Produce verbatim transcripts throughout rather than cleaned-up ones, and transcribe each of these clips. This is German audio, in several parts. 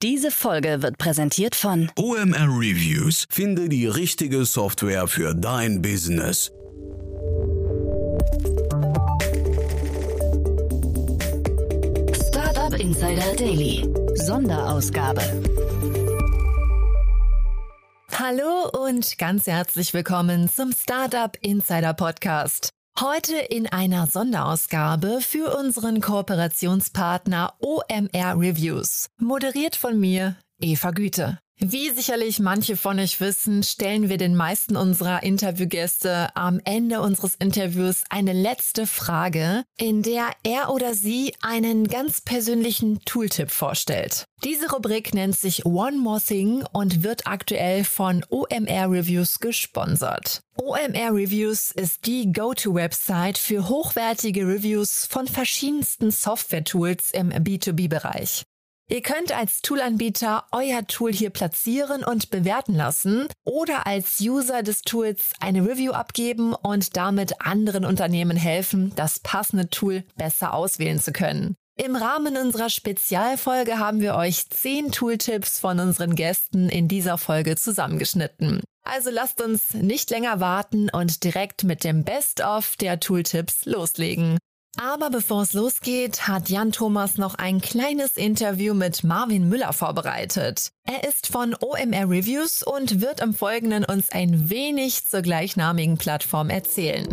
Diese Folge wird präsentiert von O M R Reviews. Finde die richtige Software für dein Business. Startup Insider Daily. Sonderausgabe. Hallo und ganz herzlich willkommen zum Startup Insider Podcast. Heute in einer Sonderausgabe für unseren Kooperationspartner O M R Reviews. Moderiert von mir, Eva Güte. Wie sicherlich manche von euch wissen, stellen wir den meisten unserer Interviewgäste am Ende unseres Interviews eine letzte Frage, in der er oder sie einen ganz persönlichen Tooltip vorstellt. Diese Rubrik nennt sich One More Thing und wird aktuell von O M R Reviews gesponsert. O M R Reviews ist die Go-To-Website für hochwertige Reviews von verschiedensten Software-Tools im B zwei B-Bereich. Ihr könnt als Toolanbieter euer Tool hier platzieren und bewerten lassen oder als User des Tools eine Review abgeben und damit anderen Unternehmen helfen, das passende Tool besser auswählen zu können. Im Rahmen unserer Spezialfolge haben wir euch zehn Tooltips von unseren Gästen in dieser Folge zusammengeschnitten. Also lasst uns nicht länger warten und direkt mit dem Best-of der Tooltips loslegen. Aber bevor es losgeht, hat Jan Thomas noch ein kleines Interview mit Marvin Müller vorbereitet. Er ist von O M R Reviews und wird im Folgenden uns ein wenig zur gleichnamigen Plattform erzählen.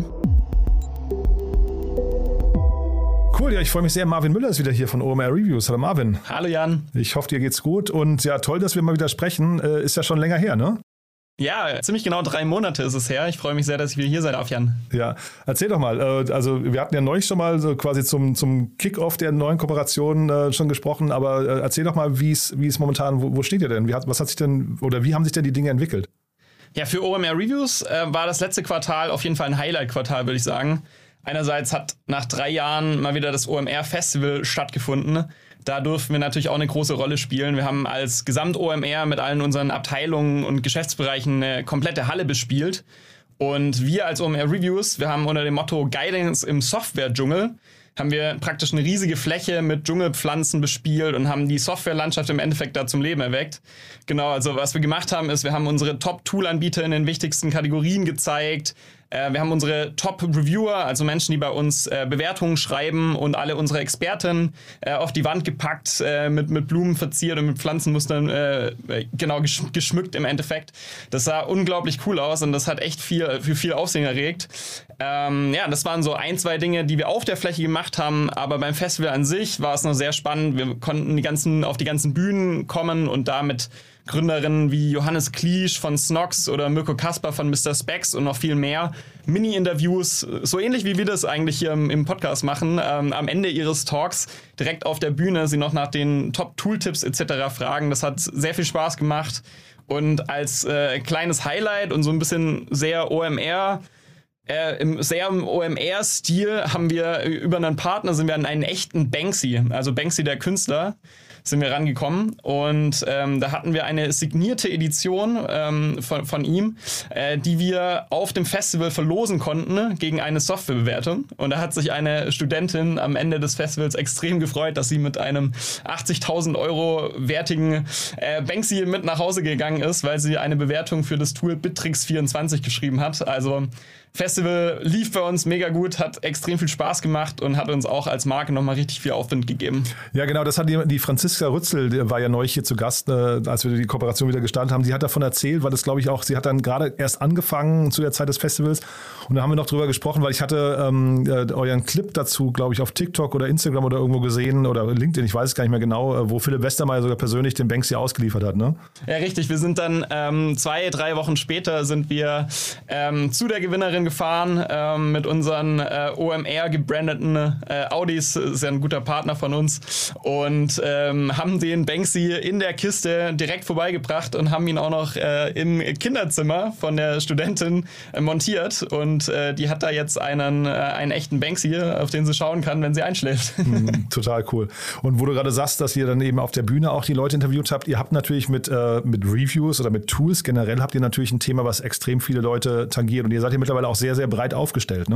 Cool, ja, ich freue mich sehr. Marvin Müller ist wieder hier von O M R Reviews. Hallo Marvin. Hallo Jan. Ich hoffe, dir geht's gut und ja, toll, dass wir mal wieder sprechen. Äh, ist ja schon länger her, ne? Ja, ziemlich genau drei Monate ist es her. Ich freue mich sehr, dass ich wieder hier sein darf, Jan. Ja, erzähl doch mal. Also wir hatten ja neulich schon mal so quasi zum, zum Kick-Off der neuen Kooperation äh, schon gesprochen, aber äh, erzähl doch mal, wie es wie es momentan, wo, wo steht ihr denn? Wie hat, was hat sich denn, oder wie haben sich denn die Dinge entwickelt? Ja, für O M R Reviews äh, war das letzte Quartal auf jeden Fall ein Highlight-Quartal, würde ich sagen. Einerseits hat nach drei Jahren mal wieder das O M R Festival stattgefunden. Da durften wir natürlich auch eine große Rolle spielen. Wir haben als Gesamt-O M R mit allen unseren Abteilungen und Geschäftsbereichen eine komplette Halle bespielt. Und wir als O M R Reviews, wir haben unter dem Motto Guidance im Software-Dschungel, haben wir praktisch eine riesige Fläche mit Dschungelpflanzen bespielt und haben die Softwarelandschaft im Endeffekt da zum Leben erweckt. Genau, also was wir gemacht haben, ist, wir haben unsere Top-Tool-Anbieter in den wichtigsten Kategorien gezeigt. Wir haben unsere Top-Reviewer, also Menschen, die bei uns äh, Bewertungen schreiben und alle unsere Experten äh, auf die Wand gepackt, äh, mit, mit Blumen verziert und mit Pflanzenmustern äh, genau gesch- geschmückt im Endeffekt. Das sah unglaublich cool aus und das hat echt viel, für viel Aufsehen erregt. Ähm, ja, das waren so ein, zwei Dinge, die wir auf der Fläche gemacht haben, aber beim Festival an sich war es noch sehr spannend. Wir konnten die ganzen, auf die ganzen Bühnen kommen und damit Gründerinnen wie Johannes Kliesch von Snox oder Mirko Kasper von Mister Specs und noch viel mehr. Mini-Interviews, so ähnlich wie wir das eigentlich hier im, im Podcast machen. Ähm, am Ende ihres Talks direkt auf der Bühne sie noch nach den Top-Tooltips et cetera fragen. Das hat sehr viel Spaß gemacht. Und als äh, kleines Highlight und so ein bisschen sehr O M R, Äh, im sehr im O M R-Stil haben wir über einen Partner sind wir an einen echten Banksy, also Banksy der Künstler, sind wir rangekommen und ähm, da hatten wir eine signierte Edition ähm, von, von ihm, äh, die wir auf dem Festival verlosen konnten gegen eine Softwarebewertung und da hat sich eine Studentin am Ende des Festivals extrem gefreut, dass sie mit einem achtzigtausend Euro wertigen äh, Banksy mit nach Hause gegangen ist, weil sie eine Bewertung für das Tool Bittrex vierundzwanzig geschrieben hat. Also Festival lief bei uns mega gut, hat extrem viel Spaß gemacht und hat uns auch als Marke nochmal richtig viel Aufwind gegeben. Ja, genau, das hat die, die Franziska Rützel, die war ja neulich hier zu Gast, äh, als wir die Kooperation wieder gestartet haben. Sie hat davon erzählt, weil das glaube ich auch, sie hat dann gerade erst angefangen zu der Zeit des Festivals und da haben wir noch drüber gesprochen, weil ich hatte ähm, äh, euren Clip dazu, glaube ich, auf TikTok oder Instagram oder irgendwo gesehen oder LinkedIn, ich weiß es gar nicht mehr genau, äh, wo Philipp Westermeier sogar persönlich den Banksy ausgeliefert hat, ne? Ja, richtig. Wir sind dann ähm, zwei, drei Wochen später sind wir ähm, zu der Gewinnerin gefahren ähm, mit unseren äh, O M R gebrandeten äh, Audis, ist ja ein guter Partner von uns und ähm, haben den Banksy in der Kiste direkt vorbeigebracht und haben ihn auch noch äh, im Kinderzimmer von der Studentin äh, montiert und äh, die hat da jetzt einen, äh, einen echten Banksy, auf den sie schauen kann, wenn sie einschläft. Mm, total cool. Und wo du gerade sagst, dass ihr dann eben auf der Bühne auch die Leute interviewt habt, ihr habt natürlich mit, äh, mit Reviews oder mit Tools generell habt ihr natürlich ein Thema, was extrem viele Leute tangiert und ihr seid hier mittlerweile auch sehr, sehr breit aufgestellt, ne?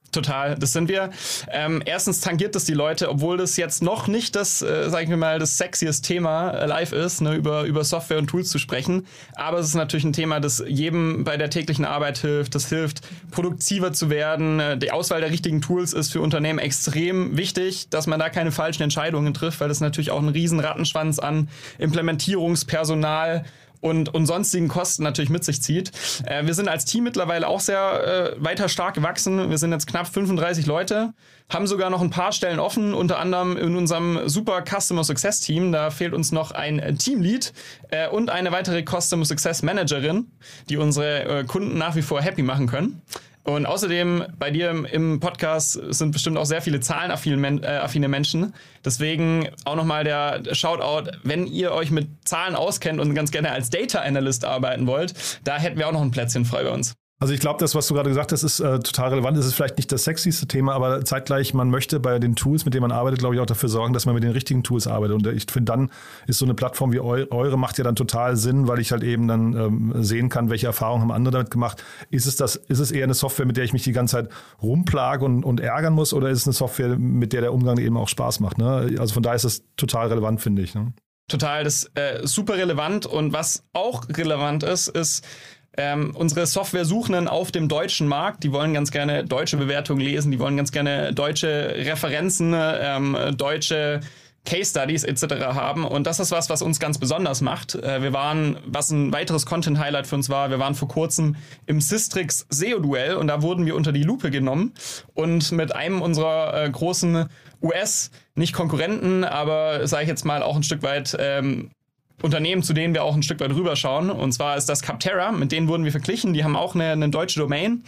Total, das sind wir. Ähm, erstens tangiert das die Leute, obwohl das jetzt noch nicht das, äh, sag ich mir mal, das sexiest Thema äh, live ist, ne, über, über Software und Tools zu sprechen. Aber es ist natürlich ein Thema, das jedem bei der täglichen Arbeit hilft. Das hilft, produktiver zu werden. Die Auswahl der richtigen Tools ist für Unternehmen extrem wichtig, dass man da keine falschen Entscheidungen trifft, weil das natürlich auch einen riesen Rattenschwanz an Implementierungspersonal und, und sonstigen Kosten natürlich mit sich zieht. Äh, wir sind als Team mittlerweile auch sehr äh, weiter stark gewachsen. Wir sind jetzt knapp fünfunddreißig Leute, haben sogar noch ein paar Stellen offen, unter anderem in unserem super Customer Success Team. Da fehlt uns noch ein Teamlead äh, und eine weitere Customer Success Managerin, die unsere äh, Kunden nach wie vor happy machen können. Und außerdem bei dir im Podcast sind bestimmt auch sehr viele zahlenaffine Menschen. Deswegen auch nochmal der Shoutout, wenn ihr euch mit Zahlen auskennt und ganz gerne als Data Analyst arbeiten wollt, da hätten wir auch noch ein Plätzchen frei bei uns. Also ich glaube, das, was du gerade gesagt hast, ist äh, total relevant. Es ist vielleicht nicht das sexyste Thema, aber zeitgleich, man möchte bei den Tools, mit denen man arbeitet, glaube ich, auch dafür sorgen, dass man mit den richtigen Tools arbeitet. Und ich finde, dann ist so eine Plattform wie eu- eure macht ja dann total Sinn, weil ich halt eben dann ähm, sehen kann, welche Erfahrungen haben andere damit gemacht. Ist es das, ist es eher eine Software, mit der ich mich die ganze Zeit rumplage und, und ärgern muss, oder ist es eine Software, mit der der Umgang eben auch Spaß macht? Ne? Also von daher ist es total relevant, finde ich. Ne? Total, das ist äh, super relevant. Und was auch relevant ist, ist, Ähm, unsere Software-Suchenden auf dem deutschen Markt, die wollen ganz gerne deutsche Bewertungen lesen, die wollen ganz gerne deutsche Referenzen, ähm, deutsche Case Studies et cetera haben. Und das ist was, was uns ganz besonders macht. Äh, wir waren, was ein weiteres Content-Highlight für uns war, wir waren vor kurzem im Systrix S E O-Duell und da wurden wir unter die Lupe genommen und mit einem unserer äh, großen U S, nicht Konkurrenten, aber sage ich jetzt mal auch ein Stück weit ähm, Unternehmen, zu denen wir auch ein Stück weit rüberschauen. Und zwar ist das Capterra, mit denen wurden wir verglichen. Die haben auch eine, eine deutsche Domain.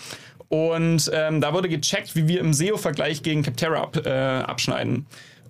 Und ähm, da wurde gecheckt, wie wir im S E O-Vergleich gegen Capterra ab, äh, abschneiden.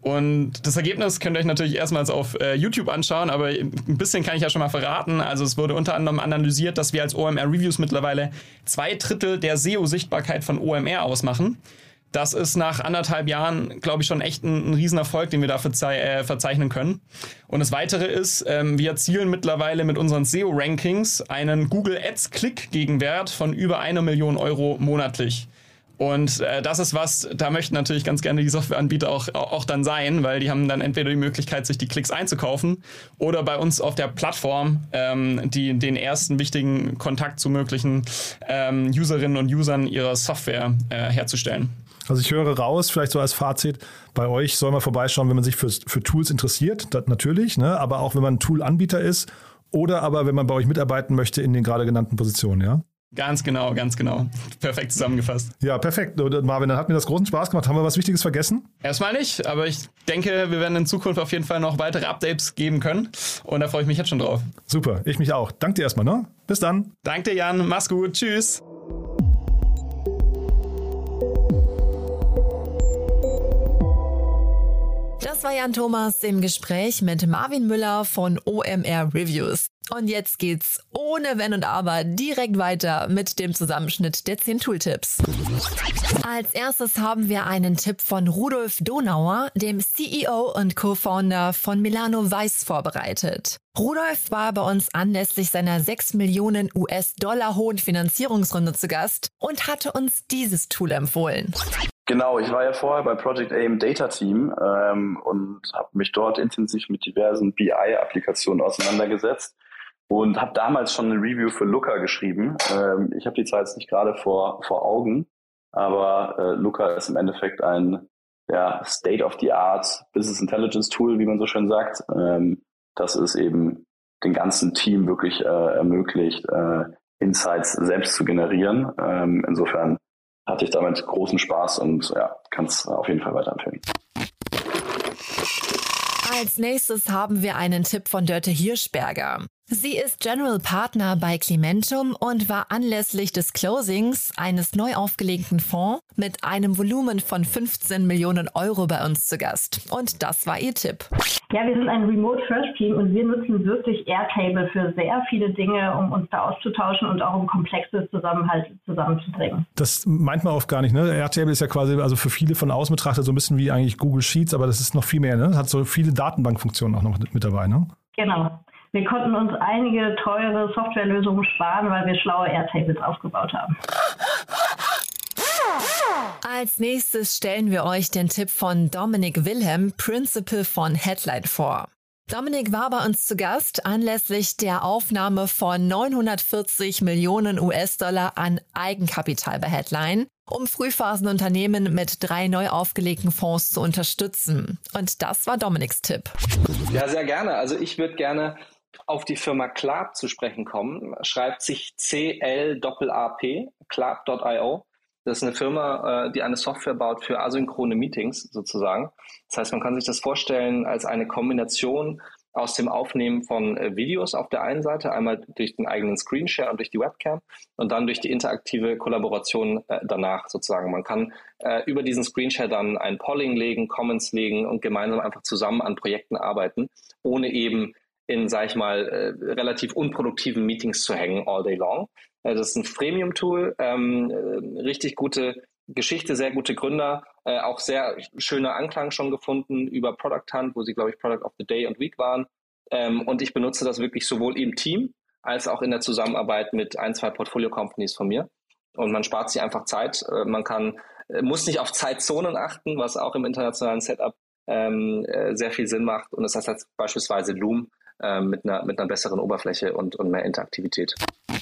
Und das Ergebnis könnt ihr euch natürlich erstmals auf äh, YouTube anschauen, aber ein bisschen kann ich ja schon mal verraten. Also es wurde unter anderem analysiert, dass wir als O M R-Reviews mittlerweile zwei Drittel der S E O-Sichtbarkeit von O M R ausmachen. Das ist nach anderthalb Jahren, glaube ich, schon echt ein, ein Riesenerfolg, den wir da verzei- äh, verzeichnen können. Und das Weitere ist, ähm, wir erzielen mittlerweile mit unseren S E O-Rankings einen Google Ads-Klick-Gegenwert von über einer Million Euro monatlich. Und äh, das ist was, da möchten natürlich ganz gerne die Softwareanbieter auch, auch, auch dann sein, weil die haben dann entweder die Möglichkeit, sich die Klicks einzukaufen oder bei uns auf der Plattform ähm, die, den ersten wichtigen Kontakt zu möglichen ähm, Userinnen und Usern ihrer Software äh, herzustellen. Also ich höre raus, vielleicht so als Fazit, bei euch soll man vorbeischauen, wenn man sich für, für Tools interessiert, das natürlich, ne? Aber auch wenn man ein Tool-Anbieter ist oder aber wenn man bei euch mitarbeiten möchte in den gerade genannten Positionen, ja? Ganz genau, ganz genau. Perfekt zusammengefasst. Ja, perfekt. Marvin, dann hat mir das großen Spaß gemacht. Haben wir was Wichtiges vergessen? Erstmal nicht, aber ich denke, wir werden in Zukunft auf jeden Fall noch weitere Updates geben können und da freue ich mich jetzt schon drauf. Super, ich mich auch. Danke dir erstmal, ne? Bis dann. Danke dir, Jan. Mach's gut. Tschüss. Das war Jan Thomas im Gespräch mit Marvin Müller von O M R Reviews. Und jetzt geht's ohne Wenn und Aber direkt weiter mit dem Zusammenschnitt der zehn Tooltips. Als erstes haben wir einen Tipp von Rudolf Donauer, dem C E O und Co-Founder von Milano Weiß, vorbereitet. Rudolf war bei uns anlässlich seiner sechs Millionen U S-Dollar hohen Finanzierungsrunde zu Gast und hatte uns dieses Tool empfohlen. Genau, ich war ja vorher bei Project A im Data Team ähm, und habe mich dort intensiv mit diversen B I-Applikationen auseinandergesetzt und habe damals schon eine Review für Looker geschrieben. Ähm, ich habe die zwar jetzt nicht gerade vor vor Augen, aber äh, Looker ist im Endeffekt ein ja, State-of-the-Art Business Intelligence Tool, wie man so schön sagt. Ähm, das ist eben den ganzen Team wirklich äh, ermöglicht, äh, Insights selbst zu generieren. Ähm, insofern hatte ich damit großen Spaß und ja, kann es auf jeden Fall weiterempfehlen. Als nächstes haben wir einen Tipp von Dörte Hirschberger. Sie ist General Partner bei Clementum und war anlässlich des Closings eines neu aufgelegten Fonds mit einem Volumen von fünfzehn Millionen Euro bei uns zu Gast. Und das war ihr Tipp. Ja, wir sind ein Remote-First-Team und wir nutzen wirklich Airtable für sehr viele Dinge, um uns da auszutauschen und auch um komplexes Zusammenhalt zusammenzubringen. Das meint man oft gar nicht, ne? Airtable ist ja quasi also für viele von außen betrachtet so ein bisschen wie eigentlich Google Sheets, aber das ist noch viel mehr, ne? Hat so viele Datenbankfunktionen auch noch mit dabei, ne? Genau. Wir konnten uns einige teure Softwarelösungen sparen, weil wir schlaue Airtables aufgebaut haben. Als nächstes stellen wir euch den Tipp von Dominik Wilhelm, Principal von Headline vor. Dominik war bei uns zu Gast anlässlich der Aufnahme von neunhundertvierzig Millionen U S-Dollar an Eigenkapital bei Headline, um Frühphasenunternehmen mit drei neu aufgelegten Fonds zu unterstützen. Und das war Dominiks Tipp. Ja, sehr gerne. Also ich würde gerne auf die Firma Clap zu sprechen kommen. Schreibt sich C L A P, clap Punkt I O. Das ist eine Firma, die eine Software baut für asynchrone Meetings sozusagen. Das heißt, man kann sich das vorstellen als eine Kombination aus dem Aufnehmen von Videos auf der einen Seite, einmal durch den eigenen Screenshare und durch die Webcam und dann durch die interaktive Kollaboration danach sozusagen. Man kann über diesen Screenshare dann ein Polling legen, Comments legen und gemeinsam einfach zusammen an Projekten arbeiten, ohne eben in, sag ich mal, relativ unproduktiven Meetings zu hängen all day long. Das ist ein Freemium-Tool, ähm, richtig gute Geschichte, sehr gute Gründer, äh, auch sehr schöner Anklang schon gefunden über Product Hunt, wo sie, glaube ich, Product of the Day und Week waren. Ähm, und ich benutze das wirklich sowohl im Team als auch in der Zusammenarbeit mit ein, zwei Portfolio-Companies von mir. Und man spart sich einfach Zeit. Äh, man kann, äh, muss nicht auf Zeitzonen achten, was auch im internationalen Setup ähm, äh, sehr viel Sinn macht. Und das heißt jetzt beispielsweise Loom äh, mit einer, mit einer besseren Oberfläche und, und mehr Interaktivität.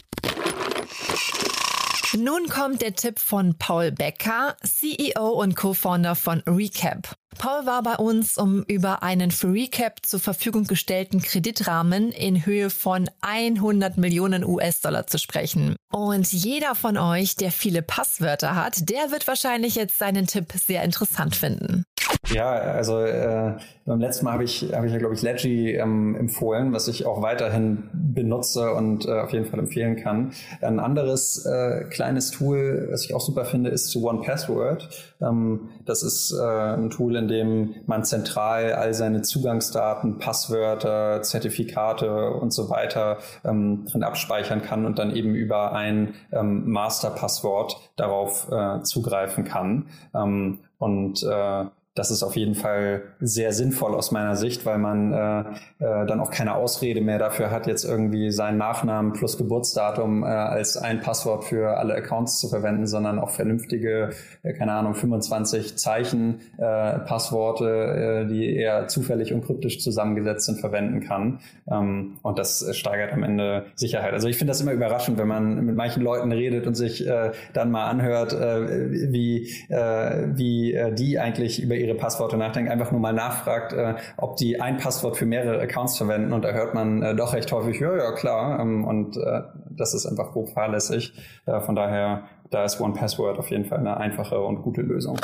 Nun kommt der Tipp von Paul Becker, C E O und Co-Founder von Recap. Paul war bei uns, um über einen für Recap zur Verfügung gestellten Kreditrahmen in Höhe von hundert Millionen U S-Dollar zu sprechen. Und jeder von euch, der viele Passwörter hat, der wird wahrscheinlich jetzt seinen Tipp sehr interessant finden. Ja, also äh, beim letzten Mal habe ich, hab ich ja, glaube ich, Ledgy ähm, empfohlen, was ich auch weiterhin benutze und äh, auf jeden Fall empfehlen kann. Ein anderes äh, kleines Tool, was ich auch super finde, ist one Password. Ähm, das ist äh, ein Tool, in dem man zentral all seine Zugangsdaten, Passwörter, Zertifikate und so weiter ähm, drin abspeichern kann und dann eben über ein ähm, Masterpasswort darauf äh, zugreifen kann. Ähm, und äh, Das ist auf jeden Fall sehr sinnvoll aus meiner Sicht, weil man äh, äh, dann auch keine Ausrede mehr dafür hat, jetzt irgendwie seinen Nachnamen plus Geburtsdatum äh, als ein Passwort für alle Accounts zu verwenden, sondern auch vernünftige, äh, keine Ahnung, fünfundzwanzig Zeichen äh, Passworte, äh, die eher zufällig und kryptisch zusammengesetzt sind, verwenden kann. Ähm, und das steigert am Ende Sicherheit. Also ich finde das immer überraschend, wenn man mit manchen Leuten redet und sich äh, dann mal anhört, äh, wie, äh, wie äh, die eigentlich über ihre ihre Passworte nachdenkt, einfach nur mal nachfragt, äh, ob die ein Passwort für mehrere Accounts verwenden, und da hört man äh, doch recht häufig, ja, ja, klar, ähm, und äh, das ist einfach grob fahrlässig. Äh, von daher, da ist one Password auf jeden Fall eine einfache und gute Lösung.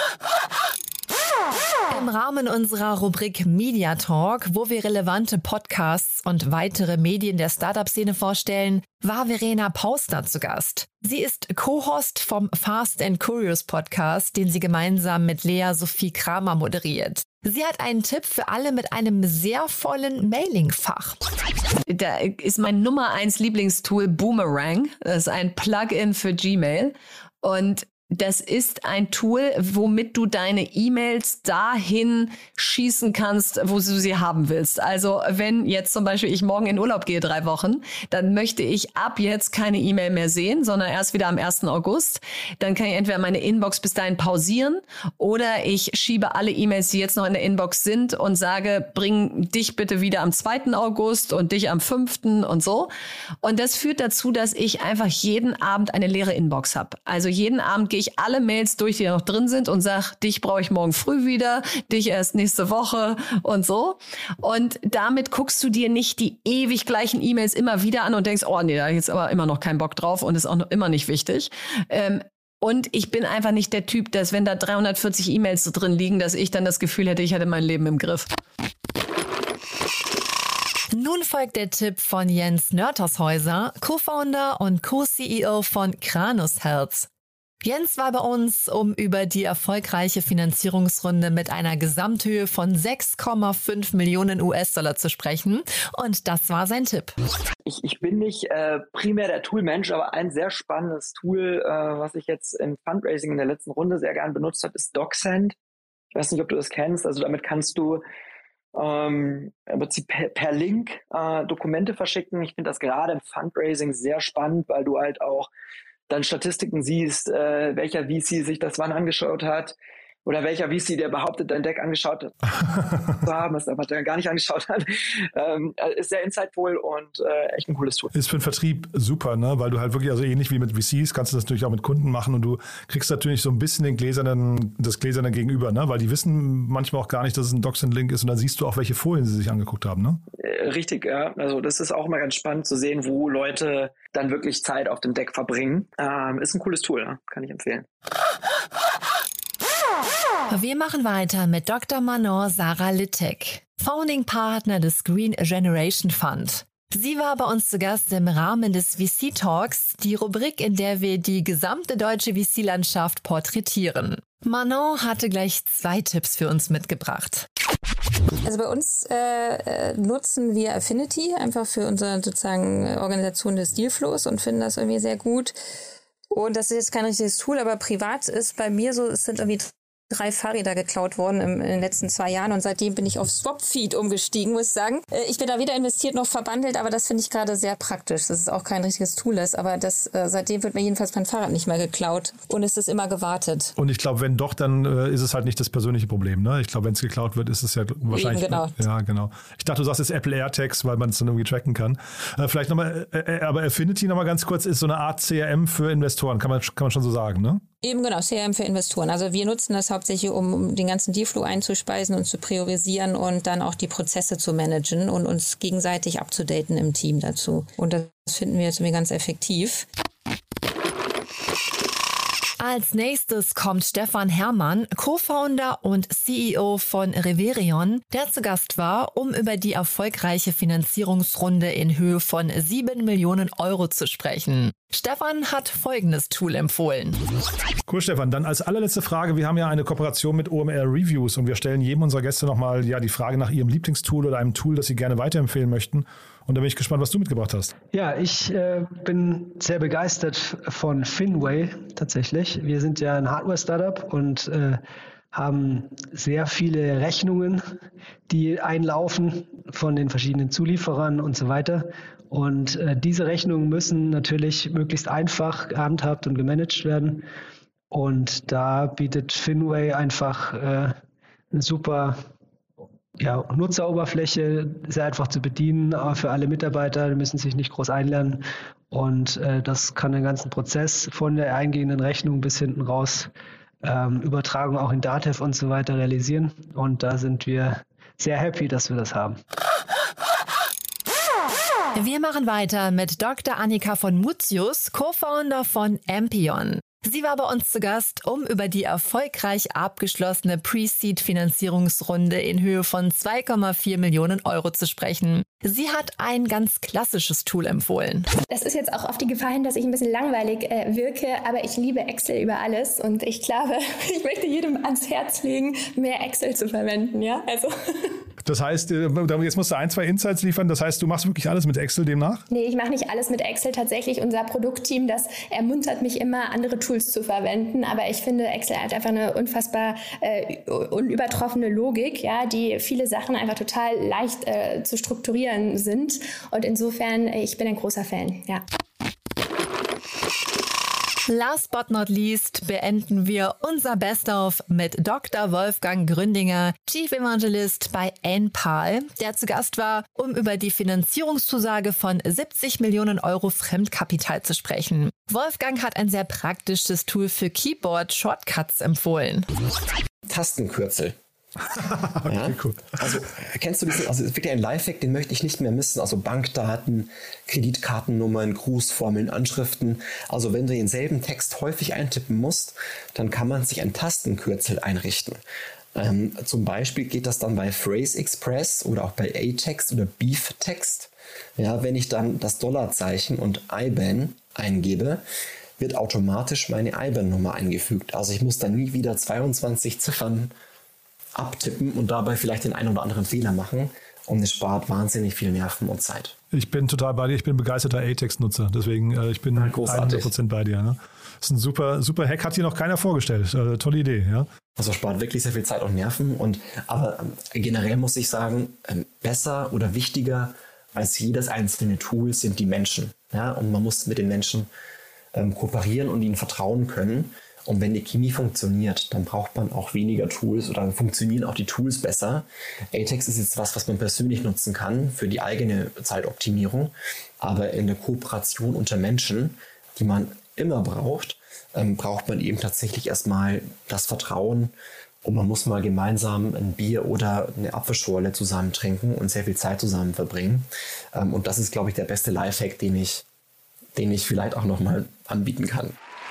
Im Rahmen unserer Rubrik Media Talk, wo wir relevante Podcasts und weitere Medien der Startup-Szene vorstellen, war Verena Pausner zu Gast. Sie ist Co-Host vom Fast and Curious Podcast, den sie gemeinsam mit Lea Sophie Kramer moderiert. Sie hat einen Tipp für alle mit einem sehr vollen Mailing-Fach. Da ist mein Nummer eins Lieblingstool Boomerang. Das ist ein Plugin für Gmail. Und das ist ein Tool, womit du deine E-Mails dahin schießen kannst, wo du sie haben willst. Also wenn jetzt zum Beispiel ich morgen in Urlaub gehe, drei Wochen, dann möchte ich ab jetzt keine E-Mail mehr sehen, sondern erst wieder am ersten August. Dann kann ich entweder meine Inbox bis dahin pausieren oder ich schiebe alle E-Mails, die jetzt noch in der Inbox sind, und sage, bring dich bitte wieder am zweiten August und dich am fünften und so. Und das führt dazu, dass ich einfach jeden Abend eine leere Inbox habe. Also jeden Abend gehe ich alle Mails durch, die noch drin sind, und sage, dich brauche ich morgen früh wieder, dich erst nächste Woche und so. Und damit guckst du dir nicht die ewig gleichen E-Mails immer wieder an und denkst, oh nee, da habe ich jetzt aber immer noch keinen Bock drauf und ist auch noch immer nicht wichtig. Ähm, und ich bin einfach nicht der Typ, dass wenn da dreihundertvierzig E-Mails so drin liegen, dass ich dann das Gefühl hätte, ich hätte mein Leben im Griff. Nun folgt der Tipp von Jens Nörtershäuser, Co-Founder und Co-C E O von Kranus Health. Jens war bei uns, um über die erfolgreiche Finanzierungsrunde mit einer Gesamthöhe von sechs Komma fünf Millionen U S-Dollar zu sprechen. Und das war sein Tipp. Ich, ich bin nicht äh, primär der Toolmensch, aber ein sehr spannendes Tool, äh, was ich jetzt im Fundraising in der letzten Runde sehr gern benutzt habe, ist DocSend. Ich weiß nicht, ob du das kennst. Also damit kannst du ähm, im Prinzip per, per Link äh, Dokumente verschicken. Ich finde das gerade im Fundraising sehr spannend, weil du halt auch dann Statistiken siehst, äh, welcher V C sich das wann angeschaut hat oder welcher V C, der behauptet, dein Deck angeschaut zu haben, was aber der gar nicht angeschaut hat, ähm, ist sehr insightful und äh, echt ein cooles Tool. Ist für den Vertrieb super, ne? Weil du halt wirklich, also ähnlich wie mit V Cs, kannst du das natürlich auch mit Kunden machen und du kriegst natürlich so ein bisschen den gläsernen, das gläserne Gegenüber, ne? Weil die wissen manchmal auch gar nicht, dass es ein Doxent-Link ist und dann siehst du auch, welche Folien sie sich angeguckt haben, ne? Äh, richtig, ja. Also das ist auch mal ganz spannend zu sehen, wo Leute dann wirklich Zeit auf dem Deck verbringen. Ähm, ist ein cooles Tool, ja? Kann ich empfehlen. Wir machen weiter mit Doktor Manon Sarah Littek, Founding Partner des Green Generation Fund. Sie war bei uns zu Gast im Rahmen des V C Talks, die Rubrik, in der wir die gesamte deutsche V C-Landschaft porträtieren. Manon hatte gleich zwei Tipps für uns mitgebracht. Also bei uns äh, nutzen wir Affinity einfach für unsere sozusagen Organisation des Dealflows und finden das irgendwie sehr gut. Und das ist jetzt kein richtiges Tool, aber privat ist bei mir so, es sind irgendwie drei Fahrräder geklaut worden im, in den letzten zwei Jahren und seitdem bin ich auf Swapfeed umgestiegen, muss ich sagen. Äh, ich bin da weder investiert noch verbandelt, aber das finde ich gerade sehr praktisch, dass es auch kein richtiges Tool ist, aber das, äh, seitdem wird mir jedenfalls mein Fahrrad nicht mehr geklaut und es ist immer gewartet. Und ich glaube, wenn doch, dann äh, ist es halt nicht das persönliche Problem, ne? Ich glaube, wenn es geklaut wird, ist es ja wahrscheinlich... Eben, genau. Ja, genau. Ich dachte, du sagst jetzt Apple AirTags, weil man es dann irgendwie tracken kann. Äh, vielleicht nochmal, äh, aber Affinity nochmal ganz kurz, ist so eine Art C R M für Investoren, kann man, kann man schon so sagen, ne? Eben genau, C R M für Investoren. Also wir nutzen das hauptsächlich, um, um den ganzen Dealflow einzuspeisen und zu priorisieren und dann auch die Prozesse zu managen und uns gegenseitig abzudaten im Team dazu. Und das finden wir jetzt irgendwie ganz effektiv. Als nächstes kommt Stefan Herrmann, Co-Founder und C E O von Reverion, der zu Gast war, um über die erfolgreiche Finanzierungsrunde in Höhe von sieben Millionen Euro zu sprechen. Stefan hat folgendes Tool empfohlen. Cool, Stefan. Dann als allerletzte Frage. Wir haben ja eine Kooperation mit O M R Reviews und wir stellen jedem unserer Gäste nochmal ja, die Frage nach ihrem Lieblingstool oder einem Tool, das sie gerne weiterempfehlen möchten. Und da bin ich gespannt, was du mitgebracht hast. Ja, ich äh, bin sehr begeistert von Finway tatsächlich. Wir sind ja ein Hardware-Startup und äh, haben sehr viele Rechnungen, die einlaufen von den verschiedenen Zulieferern und so weiter. Und äh, diese Rechnungen müssen natürlich möglichst einfach gehandhabt und gemanagt werden. Und da bietet Finway einfach äh, eine super ja, Nutzeroberfläche, sehr einfach zu bedienen, aber für alle Mitarbeiter, die müssen sich nicht groß einlernen. Und äh, das kann den ganzen Prozess von der eingehenden Rechnung bis hinten raus, ähm, Übertragung auch in Datev und so weiter realisieren. Und da sind wir sehr happy, dass wir das haben. Wir machen weiter mit Doktor Annika von Mutius, Co-Founder von Ampion. Sie war bei uns zu Gast, um über die erfolgreich abgeschlossene Pre-Seed-Finanzierungsrunde in Höhe von zwei Komma vier Millionen Euro zu sprechen. Sie hat ein ganz klassisches Tool empfohlen. Das ist jetzt auch auf die Gefahr hin, dass ich ein bisschen langweilig äh, wirke, aber ich liebe Excel über alles und ich glaube, ich möchte jedem ans Herz legen, mehr Excel zu verwenden. Ja, also. Das heißt, jetzt musst du ein, zwei Insights liefern. Das heißt, du machst wirklich alles mit Excel demnach? Nee, ich mache nicht alles mit Excel. Tatsächlich unser Produktteam, das ermuntert mich immer, andere Tools zu verwenden. Aber ich finde, Excel hat einfach eine unfassbar äh, unübertroffene Logik, ja, die viele Sachen einfach total leicht äh, zu strukturieren sind. Und insofern, ich bin ein großer Fan, ja. Last but not least beenden wir unser Best-of mit Doktor Wolfgang Gründinger, Chief Evangelist bei Enpal, der zu Gast war, um über die Finanzierungszusage von siebzig Millionen Euro Fremdkapital zu sprechen. Wolfgang hat ein sehr praktisches Tool für Keyboard-Shortcuts empfohlen. Tastenkürzel. Ja? Cool. Also kennst du diesen, also es ist wirklich ein Lifehack, den möchte ich nicht mehr missen. Also Bankdaten, Kreditkartennummern, Grußformeln, Anschriften. Also wenn du denselben Text häufig eintippen musst, dann kann man sich ein Tastenkürzel einrichten. Ähm, zum Beispiel geht das dann bei Phrase Express oder auch bei A-Text oder Beef-Text. Ja, wenn ich dann das Dollarzeichen und I B A N eingebe, wird automatisch meine I B A N-Nummer eingefügt. Also ich muss dann nie wieder zweiundzwanzig Ziffern abtippen und dabei vielleicht den einen oder anderen Fehler machen und es spart wahnsinnig viel Nerven und Zeit. Ich bin total bei dir, ich bin begeisterter A-Text-Nutzer, deswegen äh, ich bin ja, hundert Prozent bei dir. Ne? Das ist ein super, super Hack, hat hier noch keiner vorgestellt. Äh, tolle Idee, ja. Also spart wirklich sehr viel Zeit und Nerven und aber äh, generell muss ich sagen, äh, besser oder wichtiger als jedes einzelne Tool sind die Menschen. Ja? Und man muss mit den Menschen ähm, kooperieren und ihnen vertrauen können. Und wenn die Chemie funktioniert, dann braucht man auch weniger Tools oder dann funktionieren auch die Tools besser. Atex ist jetzt was, was man persönlich nutzen kann für die eigene Zeitoptimierung. Aber in der Kooperation unter Menschen, die man immer braucht, ähm, braucht man eben tatsächlich erstmal das Vertrauen. Und man muss mal gemeinsam ein Bier oder eine Apfelschorle zusammen trinken und sehr viel Zeit zusammen verbringen. Ähm, und das ist, glaube ich, der beste Lifehack, den ich, den ich vielleicht auch nochmal anbieten kann.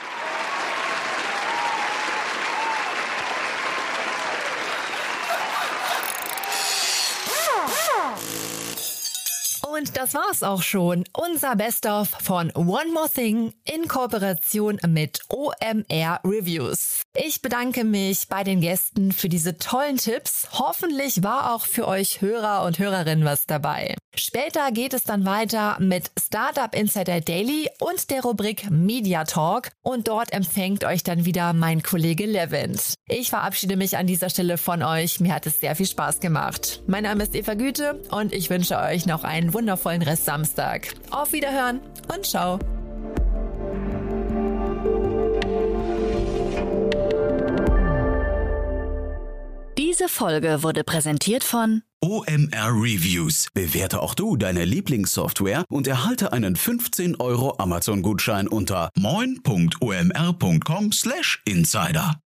Und das war's auch schon. Unser Best-of von One More Thing in Kooperation mit O M R Reviews. Ich bedanke mich bei den Gästen für diese tollen Tipps. Hoffentlich war auch für euch Hörer und Hörerinnen was dabei. Später geht es dann weiter mit Startup Insider Daily und der Rubrik Media Talk. Und dort empfängt euch dann wieder mein Kollege Levent. Ich verabschiede mich an dieser Stelle von euch. Mir hat es sehr viel Spaß gemacht. Mein Name ist Eva Güte und ich wünsche euch noch einen wundervollen Rest Samstag. Auf Wiederhören und ciao. Diese Folge wurde präsentiert von O M R Reviews. Bewerte auch du deine Lieblingssoftware und erhalte einen fünfzehn Euro Amazon-Gutschein unter moin punkt o m r punkt com slash insider.